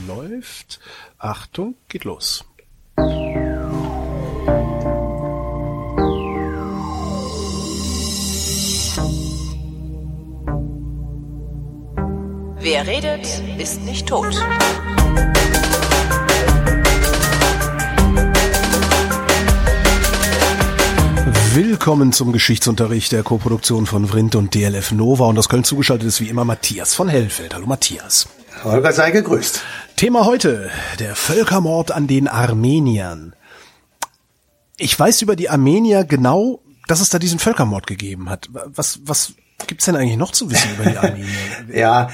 läuft. Achtung, geht los. Wer redet, ist nicht tot. Willkommen zum Geschichtsunterricht der Koproduktion von Vrindt und DLF Nova. Und aus Köln zugeschaltet ist wie immer Matthias von Hellfeld. Hallo Matthias. Holger, sei gegrüßt. Thema heute, der Völkermord an den Armeniern. Ich weiß über die Armenier genau, dass es da diesen Völkermord gegeben hat. Was gibt's denn eigentlich noch zu wissen über die Armenier? Ja,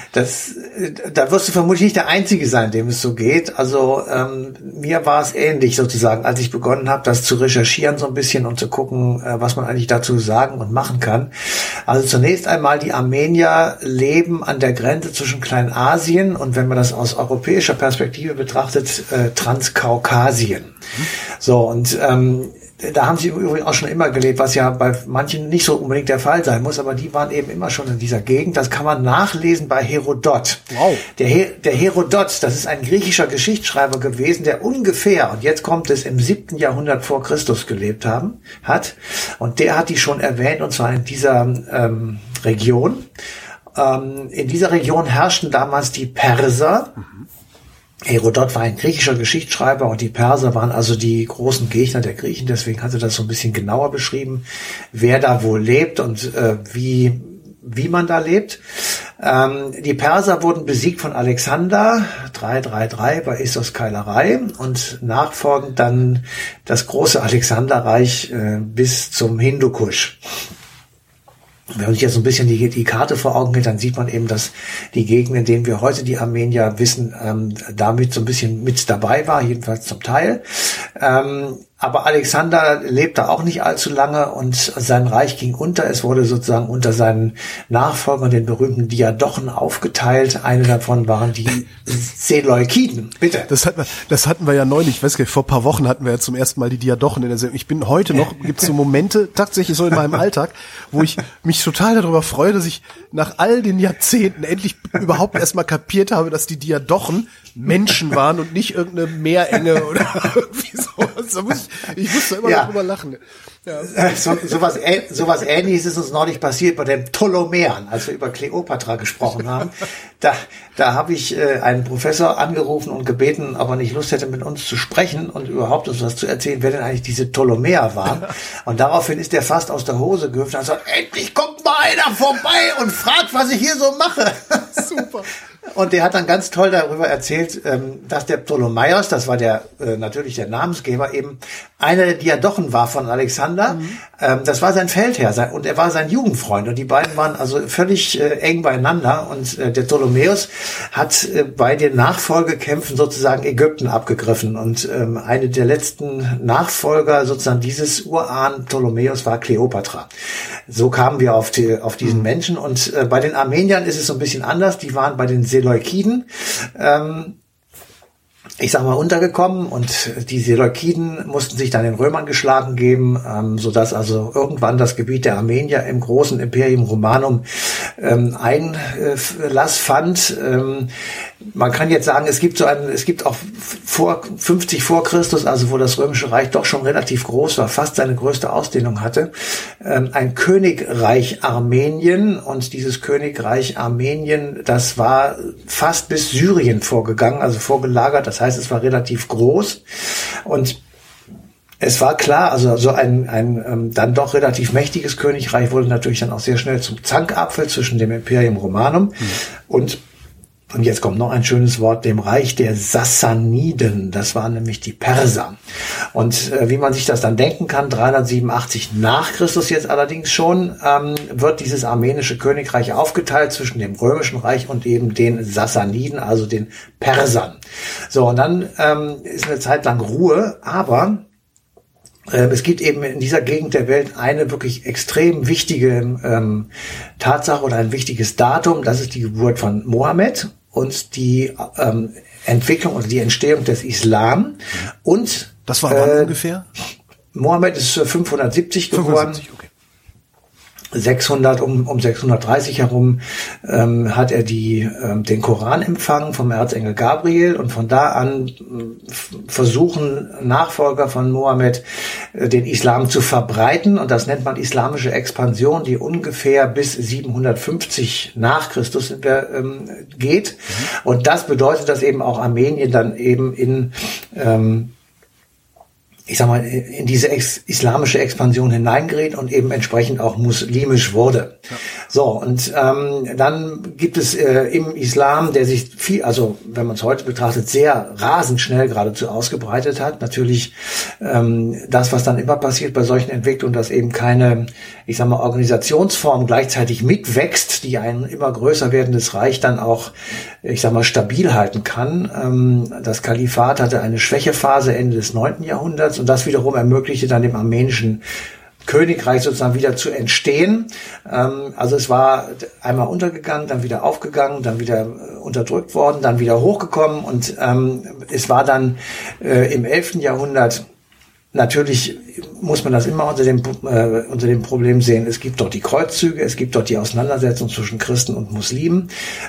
da wirst du vermutlich nicht der Einzige sein, dem es so geht. Also mir war es ähnlich sozusagen, als ich begonnen habe, das zu recherchieren so ein bisschen und zu gucken, was man eigentlich dazu sagen und machen kann. Also zunächst einmal, die Armenier leben an der Grenze zwischen Kleinasien und, wenn man das aus europäischer Perspektive betrachtet, Transkaukasien. So, und da haben sie übrigens auch schon immer gelebt, was ja bei manchen nicht so unbedingt der Fall sein muss, aber die waren eben immer schon in dieser Gegend. Das kann man nachlesen bei Herodot. Wow. Der Herodot, das ist ein griechischer Geschichtsschreiber gewesen, der ungefähr, und jetzt kommt es, im 7. Jahrhundert vor Christus gelebt hat. Und der hat die schon erwähnt, und zwar in dieser Region. In dieser Region herrschten damals die Perser. Herodot war ein griechischer Geschichtsschreiber und die Perser waren also die großen Gegner der Griechen. Deswegen hat er das so ein bisschen genauer beschrieben, wer da wohl lebt und wie man da lebt. Die Perser wurden besiegt von Alexander 333 bei Issos Keilerei und nachfolgend dann das große Alexanderreich bis zum Hindukusch. Wenn man sich jetzt so ein bisschen die Karte vor Augen hält, dann sieht man eben, dass die Gegend, in denen wir heute die Armenier wissen, damit so ein bisschen mit dabei war, jedenfalls zum Teil. Aber Alexander lebte auch nicht allzu lange und sein Reich ging unter. Es wurde sozusagen unter seinen Nachfolgern, den berühmten Diadochen, aufgeteilt. Eine davon waren die Seleukiden. Bitte. Das hatten wir ja neulich. Ich weiß gar nicht, vor ein paar Wochen hatten wir ja zum ersten Mal die Diadochen in der Sendung. Ich bin heute noch, gibt's so Momente, tatsächlich so in meinem Alltag, wo ich mich total darüber freue, dass ich nach all den Jahrzehnten endlich überhaupt erstmal kapiert habe, dass die Diadochen Menschen waren und nicht irgendeine Meerenge oder irgendwie sowas. Ich musste immer noch drüber lachen. Ja. Sowas Ähnliches ist uns neulich passiert bei den Ptolemäern, als wir über Kleopatra gesprochen haben. Da habe ich einen Professor angerufen und gebeten, ob er nicht Lust hätte, mit uns zu sprechen und überhaupt uns was zu erzählen, wer denn eigentlich diese Ptolemäer waren. Und daraufhin ist er fast aus der Hose gehüpft und hat gesagt, endlich kommt mal einer vorbei und fragt, was ich hier so mache. Super. Und der hat dann ganz toll darüber erzählt, dass der Ptolemaios, das war natürlich der Namensgeber, eben einer der Diadochen war von Alexander. Das war sein Feldherr und er war sein Jugendfreund. Und die beiden waren also völlig eng beieinander. Und der Ptolemäus hat bei den Nachfolgekämpfen sozusagen Ägypten abgegriffen. Und eine der letzten Nachfolger sozusagen dieses Urahn Ptolemäus war Kleopatra. So kamen wir auf diesen Menschen. Und bei den Armeniern ist es so ein bisschen anders. Die waren bei den Seleukiden, ich sag mal, untergekommen, und die Seleukiden mussten sich dann den Römern geschlagen geben, sodass also irgendwann das Gebiet der Armenier im großen Imperium Romanum Einlass fand. Man kann jetzt sagen, es gibt auch vor 50 vor Christus, also wo das Römische Reich doch schon relativ groß war, fast seine größte Ausdehnung hatte, ein Königreich Armenien, und dieses Königreich Armenien, das war fast bis Syrien vorgegangen, also vorgelagert, das heißt, es war relativ groß, und es war klar, also so ein dann doch relativ mächtiges Königreich wurde natürlich dann auch sehr schnell zum Zankapfel zwischen dem Imperium Romanum und jetzt kommt noch ein schönes Wort, dem Reich der Sassaniden. Das waren nämlich die Perser. Und wie man sich das dann denken kann, 387 nach Christus jetzt allerdings schon, wird dieses armenische Königreich aufgeteilt zwischen dem Römischen Reich und eben den Sassaniden, also den Persern. So, und dann ist eine Zeit lang Ruhe, aber es gibt eben in dieser Gegend der Welt eine wirklich extrem wichtige Tatsache oder ein wichtiges Datum. Das ist die Geburt von Mohammed und die Entwicklung oder die Entstehung des Islam. Und das war wann ungefähr? Mohammed ist 570 geboren. 570, okay. um 630 herum hat er den Koran empfangen vom Erzengel Gabriel, und von da an versuchen Nachfolger von Mohammed den Islam zu verbreiten, und das nennt man islamische Expansion, die ungefähr bis 750 nach Christus geht. Und das bedeutet, dass eben auch Armenien dann eben in diese islamische Expansion hineingerät und eben entsprechend auch muslimisch wurde. Ja. So, und dann gibt es im Islam, der sich wenn man es heute betrachtet, sehr rasend schnell geradezu ausgebreitet hat. Natürlich das, was dann immer passiert bei solchen Entwicklungen, dass eben keine, Organisationsform gleichzeitig mitwächst, die ein immer größer werdendes Reich dann auch, stabil halten kann. Das Kalifat hatte eine Schwächephase Ende des 9. Jahrhunderts, und das wiederum ermöglichte dann dem armenischen Königreich sozusagen wieder zu entstehen. Also es war einmal untergegangen, dann wieder aufgegangen, dann wieder unterdrückt worden, dann wieder hochgekommen, und es war dann im 11. Jahrhundert, natürlich muss man das immer unter dem Problem sehen, es gibt dort die Kreuzzüge, es gibt dort die Auseinandersetzung zwischen Christen und Muslimen.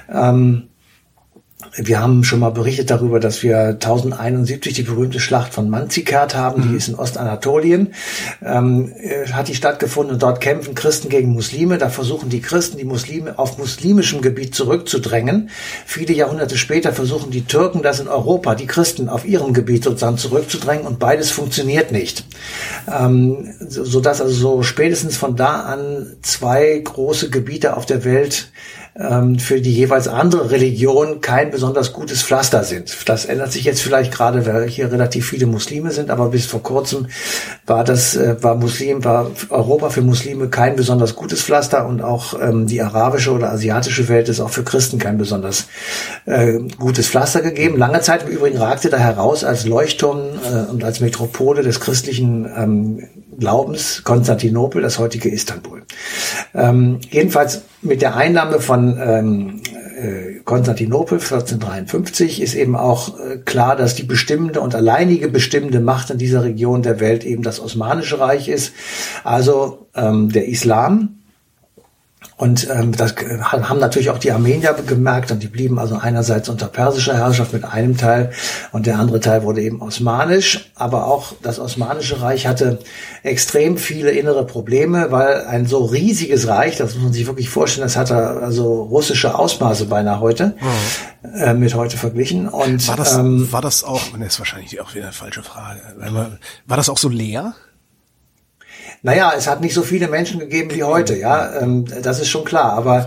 Wir haben schon mal berichtet darüber, dass wir 1071 die berühmte Schlacht von Manzikert haben, die ist in Ostanatolien, hat die stattgefunden, und dort kämpfen Christen gegen Muslime. Da versuchen die Christen, die Muslime auf muslimischem Gebiet zurückzudrängen. Viele Jahrhunderte später versuchen die Türken das in Europa, die Christen auf ihrem Gebiet sozusagen zurückzudrängen, und beides funktioniert nicht. Sodass also so spätestens von da an zwei große Gebiete auf der Welt für die jeweils andere Religion kein besonders gutes Pflaster sind. Das ändert sich jetzt vielleicht gerade, weil hier relativ viele Muslime sind, aber bis vor kurzem war Europa für Muslime kein besonders gutes Pflaster, und auch die arabische oder asiatische Welt ist auch für Christen kein besonders gutes Pflaster gegeben. Lange Zeit im Übrigen ragte da heraus als Leuchtturm und als Metropole des christlichen Glaubens Konstantinopel, das heutige Istanbul. Jedenfalls mit der Einnahme von Konstantinopel 1453 ist eben auch klar, dass die bestimmende und alleinige bestimmende Macht in dieser Region der Welt eben das Osmanische Reich ist, also der Islam. Und das haben natürlich auch die Armenier gemerkt, und die blieben also einerseits unter persischer Herrschaft mit einem Teil, und der andere Teil wurde eben osmanisch. Aber auch das Osmanische Reich hatte extrem viele innere Probleme, weil ein so riesiges Reich, das muss man sich wirklich vorstellen, das hatte also russische Ausmaße beinahe heute, mit heute verglichen. Und war das auch, das ist wahrscheinlich auch wieder eine falsche Frage, war das auch so leer? Naja, es hat nicht so viele Menschen gegeben wie heute, ja, das ist schon klar, aber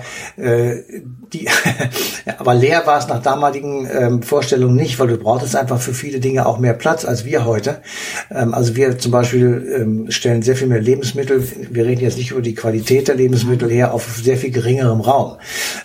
aber leer war es nach damaligen Vorstellungen nicht, weil du brauchtest einfach für viele Dinge auch mehr Platz als wir heute. Also wir zum Beispiel stellen sehr viel mehr Lebensmittel, wir reden jetzt nicht über die Qualität der Lebensmittel her, auf sehr viel geringerem Raum.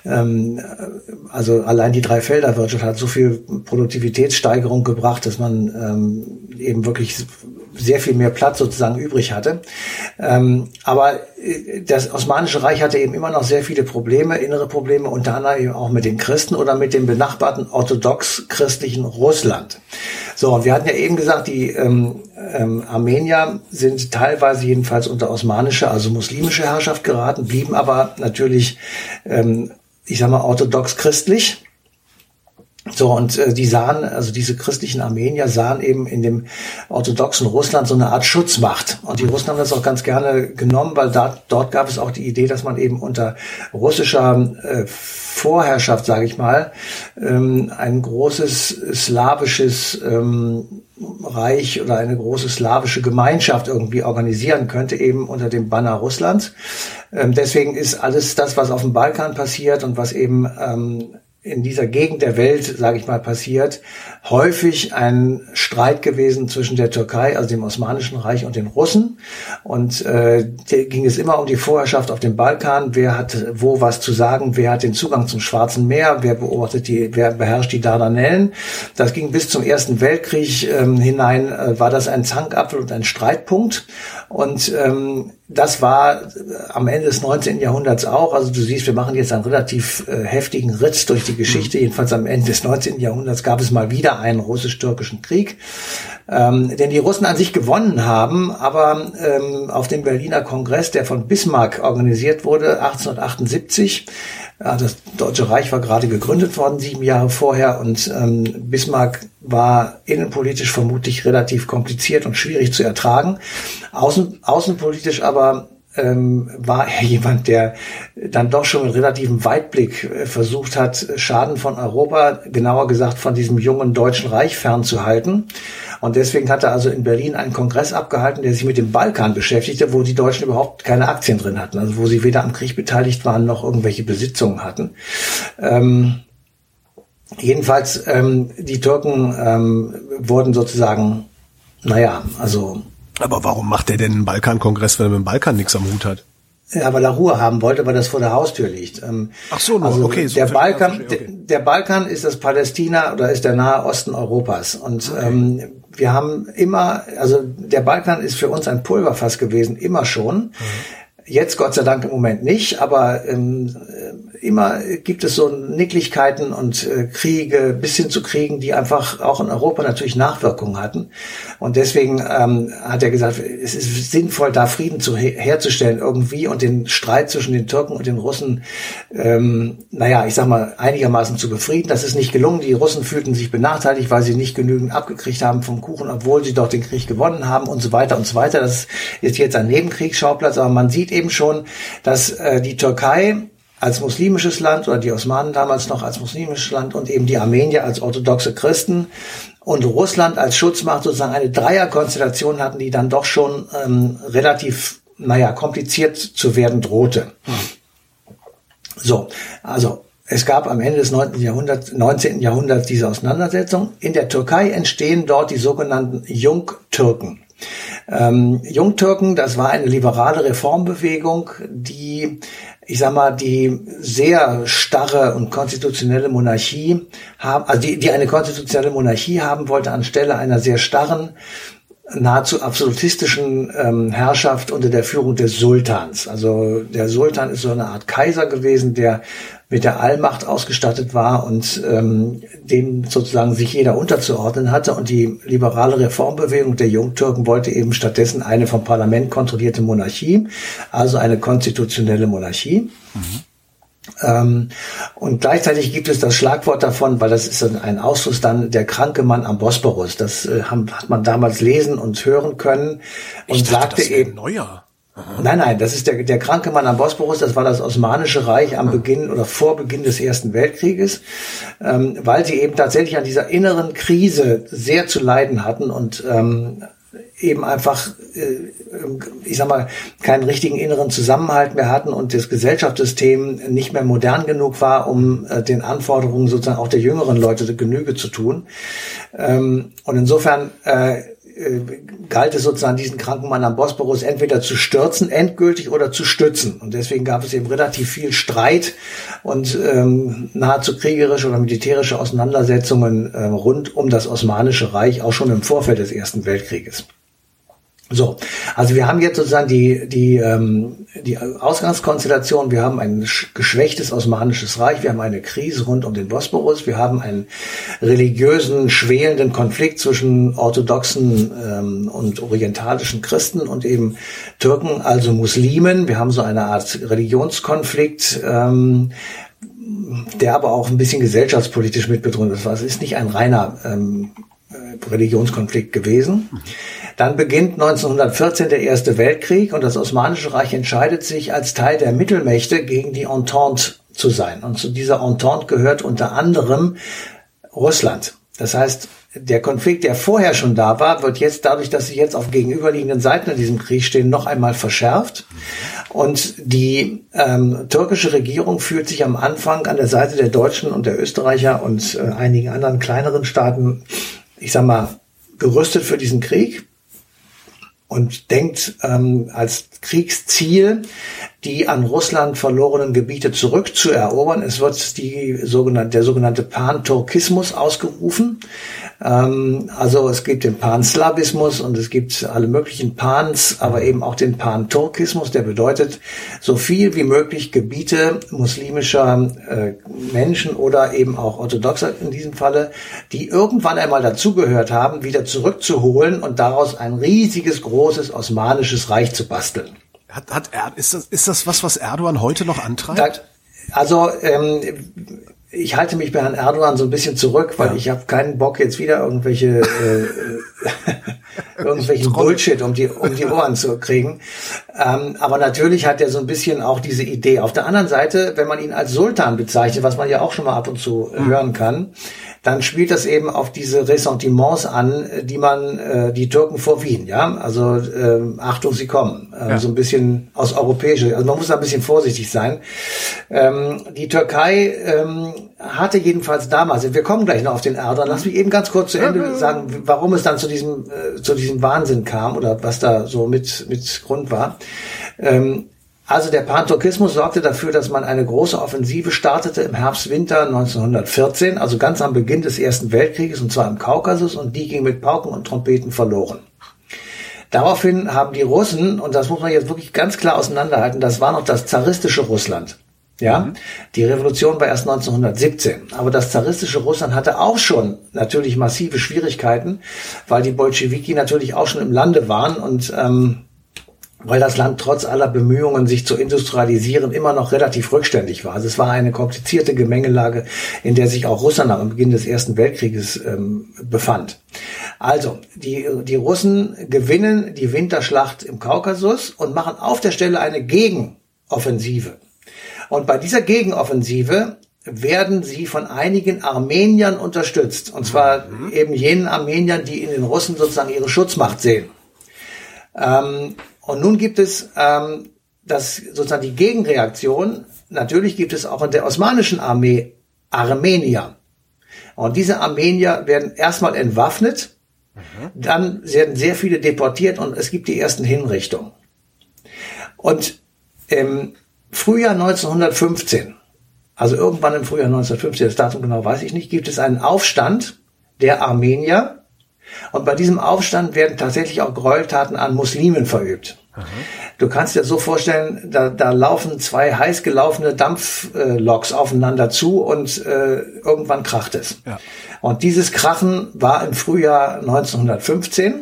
Also allein die Dreifelderwirtschaft hat so viel Produktivitätssteigerung gebracht, dass man eben wirklich sehr viel mehr Platz sozusagen übrig hatte. Aber das Osmanische Reich hatte eben immer noch sehr viele Probleme, innere Probleme, unter anderem eben auch mit den Christen oder mit dem benachbarten orthodox-christlichen Russland. So, und wir hatten ja eben gesagt, die Armenier sind teilweise jedenfalls unter osmanische, also muslimische Herrschaft geraten, blieben aber natürlich, orthodox-christlich. So, und die sahen, also diese christlichen Armenier sahen eben in dem orthodoxen Russland so eine Art Schutzmacht. Und die Russen haben das auch ganz gerne genommen, weil dort gab es auch die Idee, dass man eben unter russischer Vorherrschaft, sage ich mal, ein großes slawisches Reich oder eine große slawische Gemeinschaft irgendwie organisieren könnte, eben unter dem Banner Russlands. Deswegen ist alles das, was auf dem Balkan passiert und was eben in dieser Gegend der Welt, sage ich mal, passiert, häufig ein Streit gewesen zwischen der Türkei, also dem Osmanischen Reich, und den Russen. Und ging es immer um die Vorherrschaft auf dem Balkan. Wer hat wo was zu sagen? Wer hat den Zugang zum Schwarzen Meer? Wer beherrscht die Dardanellen? Das ging bis zum Ersten Weltkrieg hinein, war das ein Zankapfel und ein Streitpunkt. Und das war am Ende des 19. Jahrhunderts auch. Also du siehst, wir machen jetzt einen relativ heftigen Ritt durch die Geschichte. Jedenfalls am Ende des 19. Jahrhunderts gab es mal wieder einen russisch-türkischen Krieg, den die Russen an sich gewonnen haben. Aber auf dem Berliner Kongress, der von Bismarck organisiert wurde, 1878, das Deutsche Reich war gerade gegründet worden, 7 Jahre vorher, und Bismarck war innenpolitisch vermutlich relativ kompliziert und schwierig zu ertragen. Außenpolitisch aber war er jemand, der dann doch schon mit relativem Weitblick versucht hat, Schaden von Europa, genauer gesagt von diesem jungen Deutschen Reich fernzuhalten. Und deswegen hat er also in Berlin einen Kongress abgehalten, der sich mit dem Balkan beschäftigte, wo die Deutschen überhaupt keine Aktien drin hatten, also wo sie weder am Krieg beteiligt waren noch irgendwelche Besitzungen hatten. Jedenfalls, die Türken wurden sozusagen, Aber warum macht er denn einen Balkankongress, wenn er mit dem Balkan nichts am Hut hat? Ja, weil er Ruhe haben wollte, weil das vor der Haustür liegt. Ach so, also okay. So der Balkan ist das Palästina oder ist der Nahe Osten Europas. Und wir haben immer, also der Balkan ist für uns ein Pulverfass gewesen, immer schon. Jetzt Gott sei Dank im Moment nicht, aber immer gibt es so Nicklichkeiten und Kriege, bis hin zu Kriegen, die einfach auch in Europa natürlich Nachwirkungen hatten. Und deswegen hat er gesagt, es ist sinnvoll, da Frieden herzustellen irgendwie und den Streit zwischen den Türken und den Russen, einigermaßen zu befrieden. Das ist nicht gelungen. Die Russen fühlten sich benachteiligt, weil sie nicht genügend abgekriegt haben vom Kuchen, obwohl sie doch den Krieg gewonnen haben und so weiter und so weiter. Das ist jetzt ein Nebenkriegsschauplatz, aber man sieht eben schon, dass die Türkei als muslimisches Land oder die Osmanen damals noch als muslimisches Land und eben die Armenier als orthodoxe Christen und Russland als Schutzmacht sozusagen eine Dreierkonstellation hatten, die dann doch schon relativ, kompliziert zu werden drohte. So, also es gab am Ende des 19. Jahrhunderts diese Auseinandersetzung. In der Türkei entstehen dort die sogenannten Jungtürken. Jungtürken, das war eine liberale Reformbewegung, die die sehr starre und konstitutionelle Monarchie haben, also die eine konstitutionelle Monarchie haben wollte anstelle einer sehr starren, nahezu absolutistischen Herrschaft unter der Führung des Sultans. Also der Sultan ist so eine Art Kaiser gewesen, der mit der Allmacht ausgestattet war und dem sozusagen sich jeder unterzuordnen hatte. Und die liberale Reformbewegung der Jungtürken wollte eben stattdessen eine vom Parlament kontrollierte Monarchie, also eine konstitutionelle Monarchie. Und gleichzeitig gibt es das Schlagwort davon, weil das ist ein Ausfluss dann, der kranke Mann am Bosporus. Das hat man damals lesen und hören können. Und ich dachte, sagte das eben, neuer. Nein, das ist der kranke Mann am Bosporus, das war das Osmanische Reich am Beginn oder vor Beginn des Ersten Weltkrieges, weil sie eben tatsächlich an dieser inneren Krise sehr zu leiden hatten und eben einfach, keinen richtigen inneren Zusammenhalt mehr hatten und das Gesellschaftssystem nicht mehr modern genug war, um den Anforderungen sozusagen auch der jüngeren Leute Genüge zu tun. Und insofern galt es sozusagen, diesen kranken Mann am Bosporus entweder zu stürzen, endgültig, oder zu stützen. Und deswegen gab es eben relativ viel Streit und nahezu kriegerische oder militärische Auseinandersetzungen rund um das Osmanische Reich, auch schon im Vorfeld des Ersten Weltkrieges. So, also wir haben jetzt sozusagen die Ausgangskonstellation, wir haben ein geschwächtes Osmanisches Reich, wir haben eine Krise rund um den Bosporus, wir haben einen religiösen, schwelenden Konflikt zwischen orthodoxen und orientalischen Christen und eben Türken, also Muslimen. Wir haben so eine Art Religionskonflikt, der aber auch ein bisschen gesellschaftspolitisch mitbedrungen ist. Es ist nicht ein reiner Religionskonflikt gewesen. Dann beginnt 1914 der Erste Weltkrieg und das Osmanische Reich entscheidet sich, als Teil der Mittelmächte gegen die Entente zu sein. Und zu dieser Entente gehört unter anderem Russland. Das heißt, der Konflikt, der vorher schon da war, wird jetzt dadurch, dass sie jetzt auf gegenüberliegenden Seiten in diesem Krieg stehen, noch einmal verschärft. Und die türkische Regierung fühlt sich am Anfang an der Seite der Deutschen und der Österreicher und einigen anderen kleineren Staaten, gerüstet für diesen Krieg. und denkt als Kriegsziel, die an Russland verlorenen Gebiete zurückzuerobern. Es wird der sogenannte Pan-Turkismus ausgerufen. Also es gibt den Pan-Slawismus und es gibt alle möglichen Pans, aber eben auch den Pan-Turkismus, der bedeutet, so viel wie möglich Gebiete muslimischer Menschen oder eben auch Orthodoxer in diesem Falle, die irgendwann einmal dazugehört haben, wieder zurückzuholen und daraus ein riesiges, großes osmanisches Reich zu basteln. Ist das was Erdogan heute noch antreibt? Ich halte mich bei Herrn Erdogan so ein bisschen zurück, weil ich habe keinen Bock, jetzt wieder irgendwelchen Bullshit um die Ohren zu kriegen. Aber natürlich hat er so ein bisschen auch diese Idee. Auf der anderen Seite, wenn man ihn als Sultan bezeichnet, was man ja auch schon mal ab und zu hören kann, dann spielt das eben auf diese Ressentiments an, die Türken vor Wien, ja, also Achtung, sie kommen, so ein bisschen aus europäischer, also man muss da ein bisschen vorsichtig sein. Die Türkei hatte jedenfalls damals, wir kommen gleich noch auf den Erdogan, lass mich eben ganz kurz zu Ende sagen, warum es dann zu diesem Wahnsinn kam oder was da so mit Grund war. Also der Pan-Turkismus sorgte dafür, dass man eine große Offensive startete im Herbst-Winter 1914, also ganz am Beginn des Ersten Weltkrieges, und zwar im Kaukasus, und die ging mit Pauken und Trompeten verloren. Daraufhin haben die Russen, und das muss man jetzt wirklich ganz klar auseinanderhalten, das war noch das zaristische Russland. Ja, die Revolution war erst 1917, aber das zaristische Russland hatte auch schon natürlich massive Schwierigkeiten, weil die Bolschewiki natürlich auch schon im Lande waren und weil das Land trotz aller Bemühungen, sich zu industrialisieren, immer noch relativ rückständig war. Also es war eine komplizierte Gemengelage, in der sich auch Russland am Beginn des Ersten Weltkrieges befand. Also, die Russen gewinnen die Winterschlacht im Kaukasus und machen auf der Stelle eine Gegenoffensive. Und bei dieser Gegenoffensive werden sie von einigen Armeniern unterstützt. Und zwar eben jenen Armeniern, die in den Russen sozusagen ihre Schutzmacht sehen. Und nun gibt es sozusagen die Gegenreaktion. Natürlich gibt es auch in der osmanischen Armee Armenier. Und diese Armenier werden erstmal entwaffnet, dann werden sehr viele deportiert und es gibt die ersten Hinrichtungen. Und im Frühjahr 1915, also irgendwann im Frühjahr 1915, das Datum genau weiß ich nicht, gibt es einen Aufstand der Armenier. Und bei diesem Aufstand werden tatsächlich auch Gräueltaten an Muslimen verübt. Du kannst dir das so vorstellen, da laufen zwei heiß gelaufene Dampfloks aufeinander zu und irgendwann kracht es. Ja. Und dieses Krachen war im Frühjahr 1915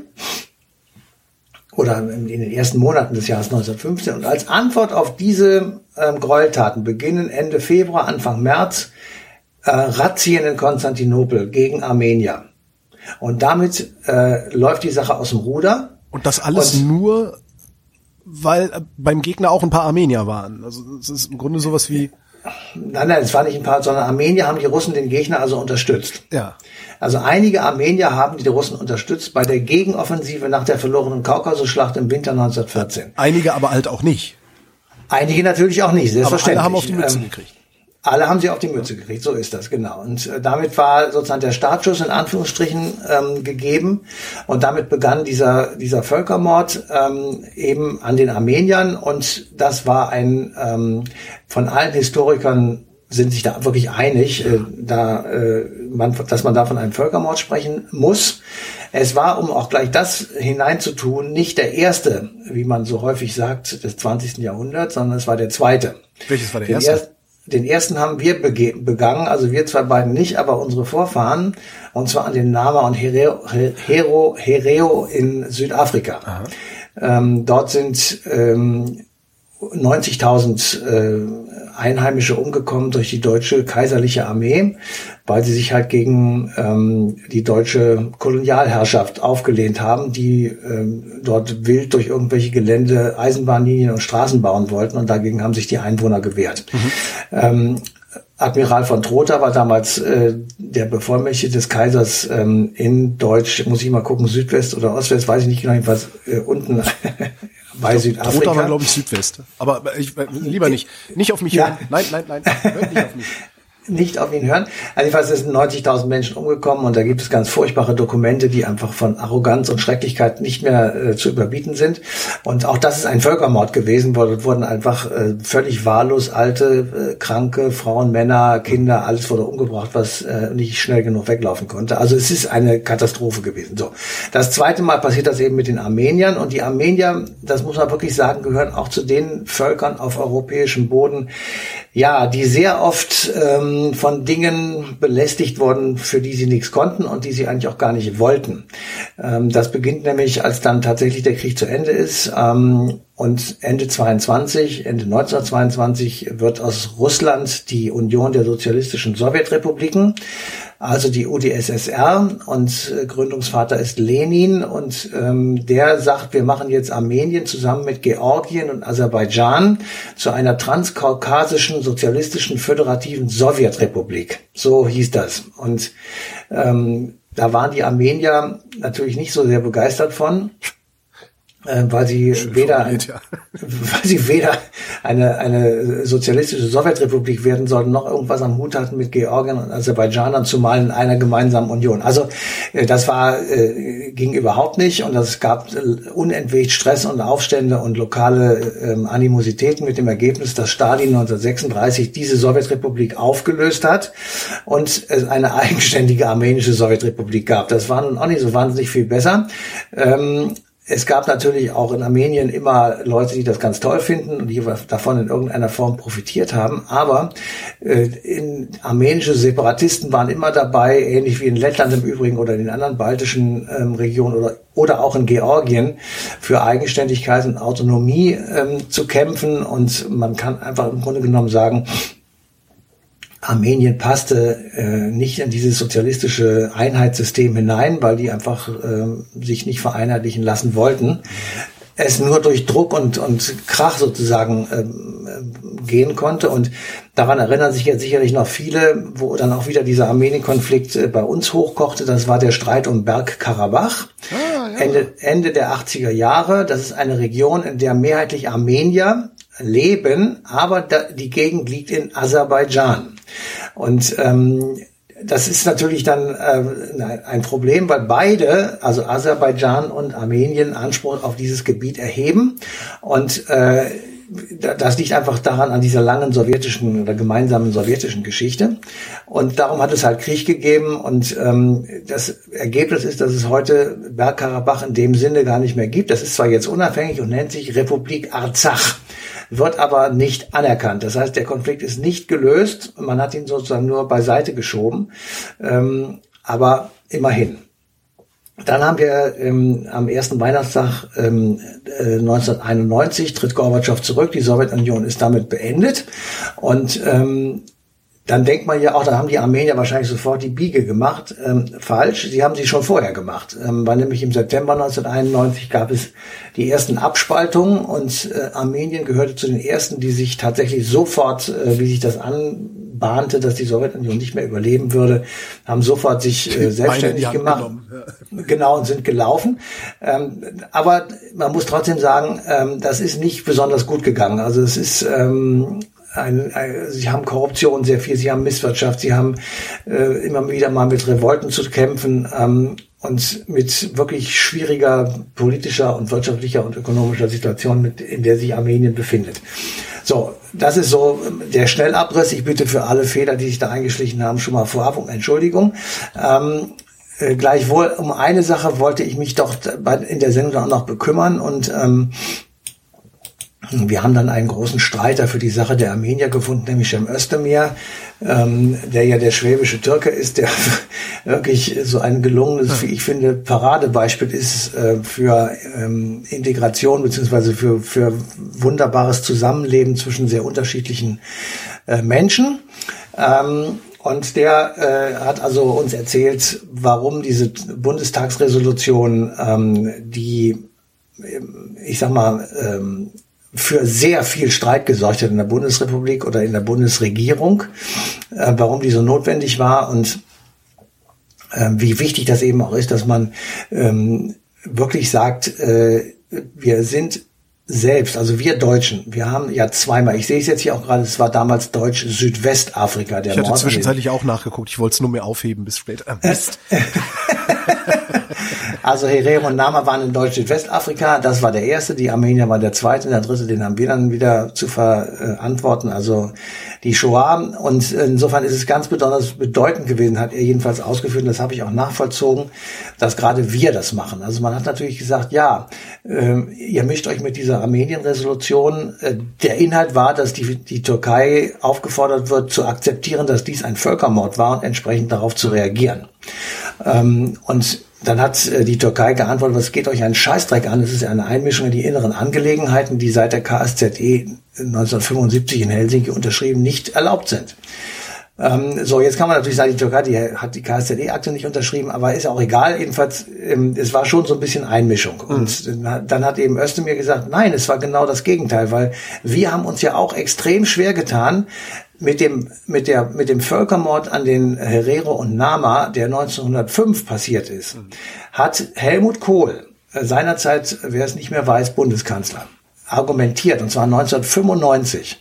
oder in den ersten Monaten des Jahres 1915. Und als Antwort auf diese Gräueltaten beginnen Ende Februar, Anfang März Razzien in Konstantinopel gegen Armenier. Und damit läuft die Sache aus dem Ruder. Und das alles nur, weil beim Gegner auch ein paar Armenier waren. Also es ist im Grunde sowas wie... Nein, es war nicht ein paar, sondern Armenier haben die Russen den Gegner also unterstützt. Ja. Also einige Armenier haben die Russen unterstützt bei der Gegenoffensive nach der verlorenen Kaukasusschlacht im Winter 1914. Einige aber halt auch nicht. Einige natürlich auch nicht, selbstverständlich. Aber alle haben auf die Mütze gekriegt. Alle haben sie auf die Mütze gekriegt, so ist das, genau. Und damit war sozusagen der Startschuss in Anführungsstrichen gegeben. Und damit begann dieser Völkermord eben an den Armeniern. Und das war von allen Historikern sind sich da wirklich einig, dass man da von einem Völkermord sprechen muss. Es war, um auch gleich das hineinzutun, nicht der erste, wie man so häufig sagt, des 20. Jahrhunderts, sondern es war der zweite. Welches war der erste? Den ersten haben wir begangen, also wir zwei beiden nicht, aber unsere Vorfahren, und zwar an den Nama und Herero in Südafrika. Dort sind 90.000 Einheimische umgekommen durch die deutsche kaiserliche Armee, weil sie sich halt gegen die deutsche Kolonialherrschaft aufgelehnt haben, die dort wild durch irgendwelche Gelände Eisenbahnlinien und Straßen bauen wollten, und dagegen haben sich die Einwohner gewehrt. Admiral von Trotha war damals der Bevollmächtigte des Kaisers in Deutsch, muss ich mal gucken, Südwest oder Ostwest, weiß ich nicht genau, jedenfalls unten bei Südafrika. Trotha war, glaube ich, Südwest. Aber lieber nicht. Nicht auf mich hören. Nein. Hört nicht auf mich. nicht auf ihn hören. Also jedenfalls sind 90.000 Menschen umgekommen und da gibt es ganz furchtbare Dokumente, die einfach von Arroganz und Schrecklichkeit nicht mehr zu überbieten sind. Und auch das ist ein Völkermord gewesen, wo wurden einfach völlig wahllos alte, kranke Frauen, Männer, Kinder, alles wurde umgebracht, was nicht schnell genug weglaufen konnte. Also es ist eine Katastrophe gewesen. So, das zweite Mal passiert das eben mit den Armeniern und die Armenier, das muss man wirklich sagen, gehören auch zu den Völkern auf europäischem Boden, ja, die sehr oft von Dingen belästigt wurden, für die sie nichts konnten und die sie eigentlich auch gar nicht wollten. Das beginnt nämlich, als dann tatsächlich der Krieg zu Ende ist. Und Ende 1922 wird aus Russland die Union der sozialistischen Sowjetrepubliken, also die UdSSR, und Gründungsvater ist Lenin und der sagt, wir machen jetzt Armenien zusammen mit Georgien und Aserbaidschan zu einer transkaukasischen sozialistischen föderativen Sowjetrepublik. So hieß das. Und da waren die Armenier natürlich nicht so sehr begeistert von, weil sie weder eine sozialistische Sowjetrepublik werden sollten, noch irgendwas am Hut hatten mit Georgien und Aserbaidschanern, zumal in einer gemeinsamen Union. Also das ging überhaupt nicht und es gab unentwegt Stress und Aufstände und lokale Animositäten mit dem Ergebnis, dass Stalin 1936 diese Sowjetrepublik aufgelöst hat und es eine eigenständige armenische Sowjetrepublik gab. Das war nun auch nicht so wahnsinnig viel besser. Es gab natürlich auch in Armenien immer Leute, die das ganz toll finden und die davon in irgendeiner Form profitiert haben. Aber armenische Separatisten waren immer dabei, ähnlich wie in Lettland im Übrigen oder in den anderen baltischen Regionen oder auch in Georgien, für Eigenständigkeit und Autonomie zu kämpfen. Und man kann einfach im Grunde genommen sagen, Armenien passte nicht in dieses sozialistische Einheitssystem hinein, weil die einfach sich nicht vereinheitlichen lassen wollten. Es nur durch Druck und Krach sozusagen gehen konnte. Und daran erinnern sich jetzt sicherlich noch viele, wo dann auch wieder dieser Armenien-Konflikt bei uns hochkochte. Das war der Streit um Bergkarabach. Ende der 80er Jahre. Das ist eine Region, in der mehrheitlich Armenier leben, aber die Gegend liegt in Aserbaidschan. Und das ist natürlich dann ein Problem, weil beide, also Aserbaidschan und Armenien, Anspruch auf dieses Gebiet erheben. Und das liegt einfach daran, an dieser langen sowjetischen oder gemeinsamen sowjetischen Geschichte. Und darum hat es halt Krieg gegeben. Und das Ergebnis ist, dass es heute Bergkarabach in dem Sinne gar nicht mehr gibt. Das ist zwar jetzt unabhängig und nennt sich Republik Arzach, wird aber nicht anerkannt. Das heißt, der Konflikt ist nicht gelöst. Man hat ihn sozusagen nur beiseite geschoben. Aber immerhin. Dann haben wir am ersten Weihnachtstag 1991 tritt Gorbatschow zurück. Die Sowjetunion ist damit beendet. Und dann denkt man ja auch, da haben die Armenier wahrscheinlich sofort die Biege gemacht. Falsch, sie haben sie schon vorher gemacht. Weil nämlich im September 1991 gab es die ersten Abspaltungen und Armenien gehörte zu den ersten, die sich tatsächlich sofort, wie sich das anbahnte, dass die Sowjetunion nicht mehr überleben würde, haben sofort sich selbstständig gemacht. Genau, und sind gelaufen. Aber man muss trotzdem sagen, das ist nicht besonders gut gegangen. Also es ist sie haben Korruption sehr viel, sie haben Misswirtschaft, sie haben immer wieder mal mit Revolten zu kämpfen und mit wirklich schwieriger politischer und wirtschaftlicher und ökonomischer Situation, in der sich Armenien befindet. So, das ist so der Schnellabriss. Ich bitte für alle Fehler, die sich da eingeschlichen haben, schon mal vorab um Entschuldigung. Gleichwohl um eine Sache wollte ich mich doch in der Sendung auch noch bekümmern und wir haben dann einen großen Streiter für die Sache der Armenier gefunden, nämlich Cem Özdemir, der ja der schwäbische Türke ist, der wirklich so ein gelungenes, wie ich finde, Paradebeispiel ist für Integration beziehungsweise für wunderbares Zusammenleben zwischen sehr unterschiedlichen Menschen. Und der hat also uns erzählt, warum diese Bundestagsresolution, die, ich sag mal, für sehr viel Streit gesorgt hat in der Bundesrepublik oder in der Bundesregierung, warum die so notwendig war und wie wichtig das eben auch ist, dass man wirklich sagt, wir sind selbst, also wir Deutschen, wir haben ja zweimal, ich sehe es jetzt hier auch gerade, es war damals Deutsch-Südwestafrika, der Ich hatte Mord. zwischenzeitlich auch nachgeguckt, ich wollte es nur mehr aufheben bis später. Mist. Also Herero und Nama waren in Deutsch-Südwestafrika, das war der erste, die Armenier war der zweite, und der dritte, den haben wir dann wieder zu verantworten, also die Shoah. Und insofern ist es ganz besonders bedeutend gewesen, hat er jedenfalls ausgeführt, und das habe ich auch nachvollzogen, dass gerade wir das machen. Also man hat natürlich gesagt, ja, ihr mischt euch mit dieser Armenien-Resolution. Der Inhalt war, dass die Türkei aufgefordert wird, zu akzeptieren, dass dies ein Völkermord war und entsprechend darauf zu reagieren. Und dann hat die Türkei geantwortet, was geht euch einen Scheißdreck an? Es ist eine Einmischung in die inneren Angelegenheiten, die seit der KSZE 1975 in Helsinki unterschrieben nicht erlaubt sind. So, jetzt kann man natürlich sagen, die Türkei, die hat die KSZE-Akte nicht unterschrieben, aber ist auch egal. Jedenfalls, es war schon so ein bisschen Einmischung. Und dann hat eben Özdemir gesagt, nein, es war genau das Gegenteil, weil wir haben uns ja auch extrem schwer getan mit dem Völkermord an den Herero und Nama, der 1905 passiert ist, hat Helmut Kohl, seinerzeit, wer es nicht mehr weiß, Bundeskanzler, argumentiert, und zwar 1995.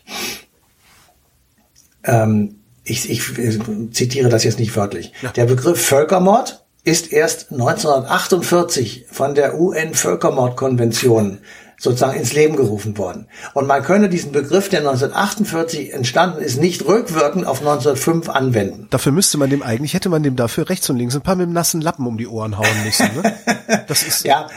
Ich zitiere das jetzt nicht wörtlich. Ja. Der Begriff Völkermord ist erst 1948 von der UN-Völkermordkonvention sozusagen ins Leben gerufen worden. Und man könne diesen Begriff, der 1948 entstanden ist, nicht rückwirkend auf 1905 anwenden. Dafür hätte man dem dafür rechts und links ein paar mit dem nassen Lappen um die Ohren hauen müssen. Ne? Das ist ja.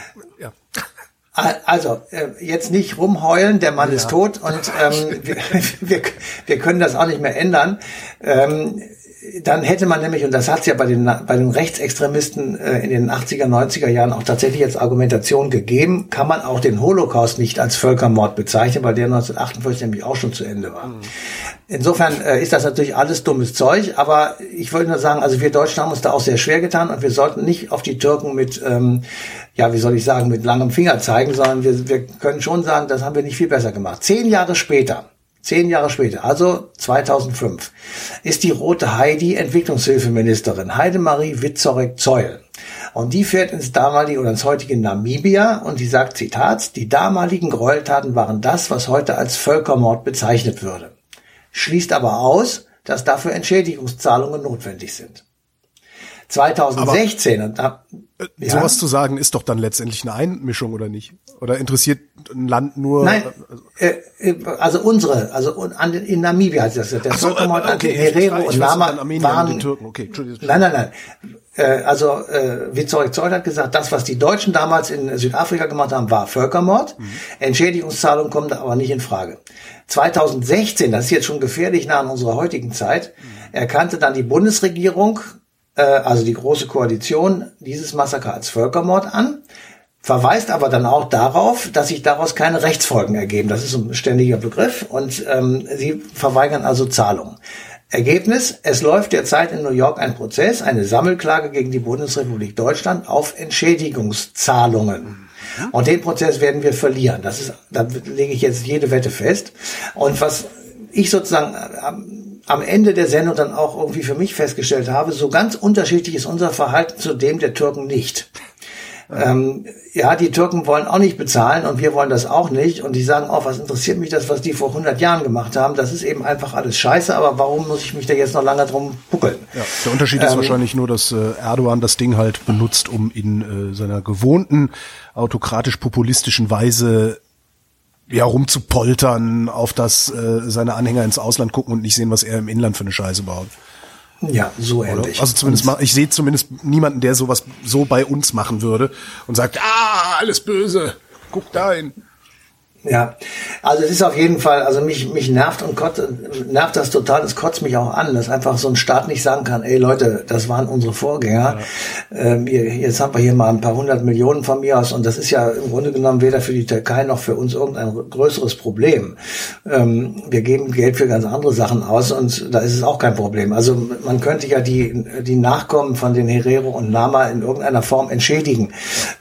Also, jetzt nicht rumheulen, der Mann ist tot, und wir können das auch nicht mehr ändern. Dann hätte man nämlich, und das hat es ja bei den Rechtsextremisten in den 80er, 90er Jahren auch tatsächlich als Argumentation gegeben, kann man auch den Holocaust nicht als Völkermord bezeichnen, weil der 1948 nämlich auch schon zu Ende war. Insofern ist das natürlich alles dummes Zeug, aber ich wollte nur sagen, also wir Deutschen haben uns da auch sehr schwer getan, und wir sollten nicht auf die Türken mit, mit langem Finger zeigen, sondern wir können schon sagen, das haben wir nicht viel besser gemacht. 10 Jahre später, also 2005, ist die Rote Heidi Entwicklungshilfeministerin, Heidemarie Witzorek-Zeul. Und die fährt ins heutige Namibia, und die sagt, Zitat, die damaligen Gräueltaten waren das, was heute als Völkermord bezeichnet würde. Schließt aber aus, dass dafür Entschädigungszahlungen notwendig sind. 2016, sowas zu sagen, ist doch dann letztendlich eine Einmischung, oder nicht? Oder interessiert ein Land nur? Nein, in Namibia heißt das. Der Völkermord an den Herero und Nama waren den Türken. Okay, Entschuldigung. Nein. Witzorek-Zeul hat gesagt, das, was die Deutschen damals in Südafrika gemacht haben, war Völkermord. Entschädigungszahlung kommt aber nicht in Frage. 2016, das ist jetzt schon gefährlich nah an unserer heutigen Zeit, erkannte dann die Bundesregierung, also die Große Koalition, dieses Massaker als Völkermord an, verweist aber dann auch darauf, dass sich daraus keine Rechtsfolgen ergeben. Das ist ein ständiger Begriff, und sie verweigern also Zahlungen. Ergebnis, es läuft derzeit in New York ein Prozess, eine Sammelklage gegen die Bundesrepublik Deutschland auf Entschädigungszahlungen. Und den Prozess werden wir verlieren. Da lege ich jetzt jede Wette fest. Und was ich sozusagen am Ende der Sendung dann auch irgendwie für mich festgestellt habe, so ganz unterschiedlich ist unser Verhalten zu dem der Türken nicht. Die Türken wollen auch nicht bezahlen, und wir wollen das auch nicht, und die sagen auch, was interessiert mich das, was die vor 100 Jahren gemacht haben, das ist eben einfach alles scheiße, aber warum muss ich mich da jetzt noch lange drum buckeln? Ja, der Unterschied ist wahrscheinlich nur, dass Erdogan das Ding halt benutzt, um in seiner gewohnten autokratisch-populistischen Weise rumzupoltern, auf das seine Anhänger ins Ausland gucken und nicht sehen, was er im Inland für eine Scheiße baut. Ja, so ähnlich. Also ich sehe zumindest niemanden, der sowas so bei uns machen würde und sagt, alles böse, guck da hin. Ja, also es ist auf jeden Fall, also mich nervt nervt das total, es kotzt mich auch an, dass einfach so ein Staat nicht sagen kann, ey Leute, das waren unsere Vorgänger, jetzt haben wir hier mal ein paar 100 Millionen von mir aus, und das ist ja im Grunde genommen weder für die Türkei noch für uns irgendein größeres Problem. Wir geben Geld für ganz andere Sachen aus, und da ist es auch kein Problem. Also man könnte ja die Nachkommen von den Herero und Nama in irgendeiner Form entschädigen.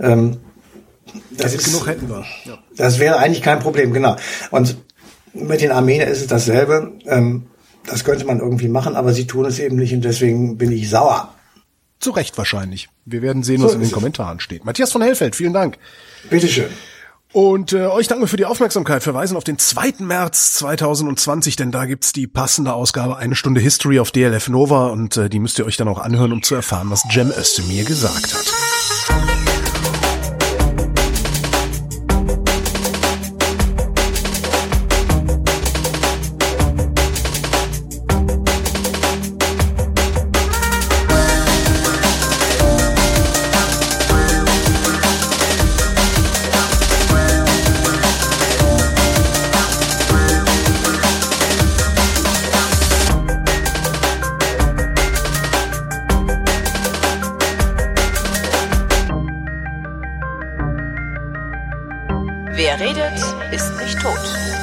Genug hätten wir. Ja. Das wäre eigentlich kein Problem, genau. Und mit den Armeniern ist es dasselbe. Das könnte man irgendwie machen, aber sie tun es eben nicht, und deswegen bin ich sauer. Zu Recht wahrscheinlich. Wir werden sehen, was in den Kommentaren steht. Matthias von Hellfeld, vielen Dank. Bitteschön. Und euch danken wir für die Aufmerksamkeit. Verweisen auf den 2. März 2020, denn da gibt's die passende Ausgabe 1 Stunde History auf DLF Nova und die müsst ihr euch dann auch anhören, um zu erfahren, was Cem Özdemir gesagt hat. Wer redet, ist nicht tot.